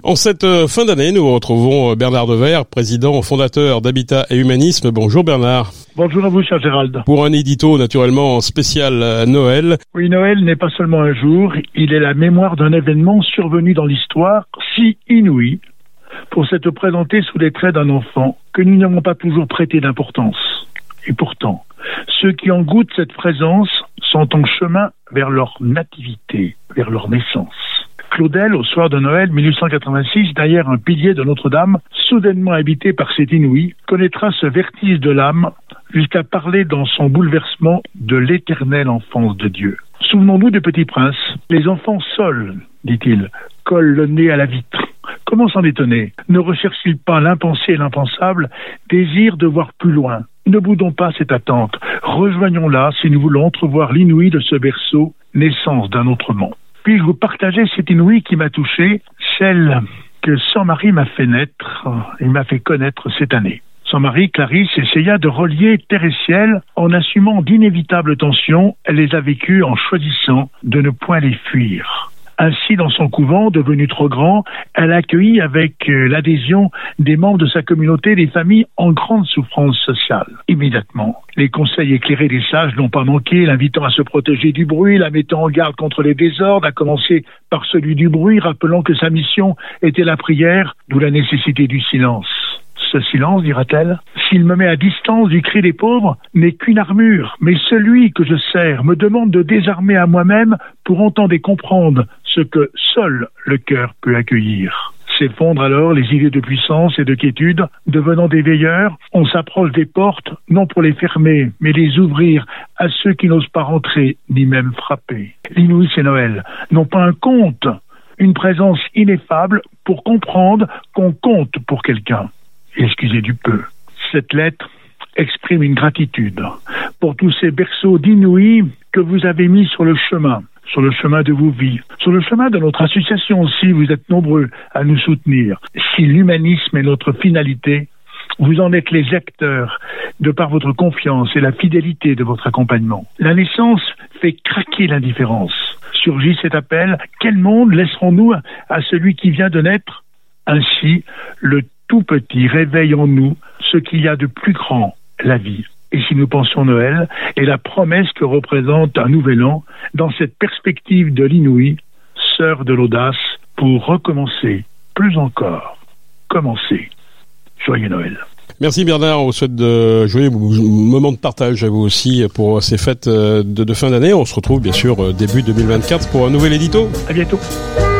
En cette fin d'année, nous retrouvons Bernard Devers, président fondateur d'Habitat et Humanisme. Bonjour Bernard. Bonjour à vous, cher Gérald. Pour un édito naturellement spécial Noël. Oui, Noël n'est pas seulement un jour, il est la mémoire d'un événement survenu dans l'histoire si inouï pour s'être présenté sous les traits d'un enfant que nous n'avons pas toujours prêté d'importance. Et pourtant, ceux qui en goûtent cette présence sont en chemin vers leur nativité, vers leur naissance. Claudel, au soir de Noël 1886, derrière un pilier de Notre-Dame, soudainement habité par cet inouï, connaîtra ce vertige de l'âme jusqu'à parler dans son bouleversement de l'éternelle enfance de Dieu. Souvenons-nous du Petit Prince. Les enfants seuls, dit-il, collent le nez à la vitre. Comment s'en étonner? Ne recherchent-ils pas l'impensé et l'impensable, désirent de voir plus loin? Ne boudons pas cette attente. Rejoignons-la si nous voulons entrevoir l'inouï de ce berceau, naissance d'un autre monde. Puis-je vous partager cette inouïe qui m'a touché, celle que San Marie m'a fait naître et m'a fait connaître cette année. San Marie, Clarisse, essaya de relier terre et ciel en assumant d'inévitables tensions. Elle les a vécues en choisissant de ne point les fuir. Ainsi, dans son couvent, devenu trop grand, elle a accueilli avec l'adhésion des membres de sa communauté des familles en grande souffrance sociale. Immédiatement, les conseils éclairés des sages n'ont pas manqué, l'invitant à se protéger du bruit, la mettant en garde contre les désordres, à commencer par celui du bruit, rappelant que sa mission était la prière, d'où la nécessité du silence. Ce silence, dira-t-elle, s'il me met à distance du cri des pauvres, n'est qu'une armure, mais celui que je sers me demande de désarmer à moi-même pour entendre et comprendre ce que seul le cœur peut accueillir. S'effondrent alors les idées de puissance et de quiétude, devenant des veilleurs, on s'approche des portes, non pour les fermer, mais les ouvrir à ceux qui n'osent pas rentrer, ni même frapper. L'inouï, c'est Noël, non pas un conte, une présence ineffable pour comprendre qu'on compte pour quelqu'un. Excusez du peu. Cette lettre exprime une gratitude pour tous ces berceaux d'inouïs que vous avez mis sur le chemin de vos vies, sur le chemin de notre association aussi, vous êtes nombreux à nous soutenir. Si l'humanisme est notre finalité, vous en êtes les acteurs de par votre confiance et la fidélité de votre accompagnement. La naissance fait craquer l'indifférence. Surgit cet appel, quel monde laisserons-nous à celui qui vient de naître? Ainsi, le tout petit réveille en nous ce qu'il y a de plus grand, la vie. Et si nous pensons Noël et la promesse que représente un nouvel an, dans cette perspective de l'inouï, sœur de l'audace, pour recommencer, plus encore, commencer. Joyeux Noël. Merci Bernard, on vous souhaite de joyeux moments de partage à vous aussi pour ces fêtes de fin d'année. On se retrouve bien sûr début 2024 pour un nouvel édito. À bientôt.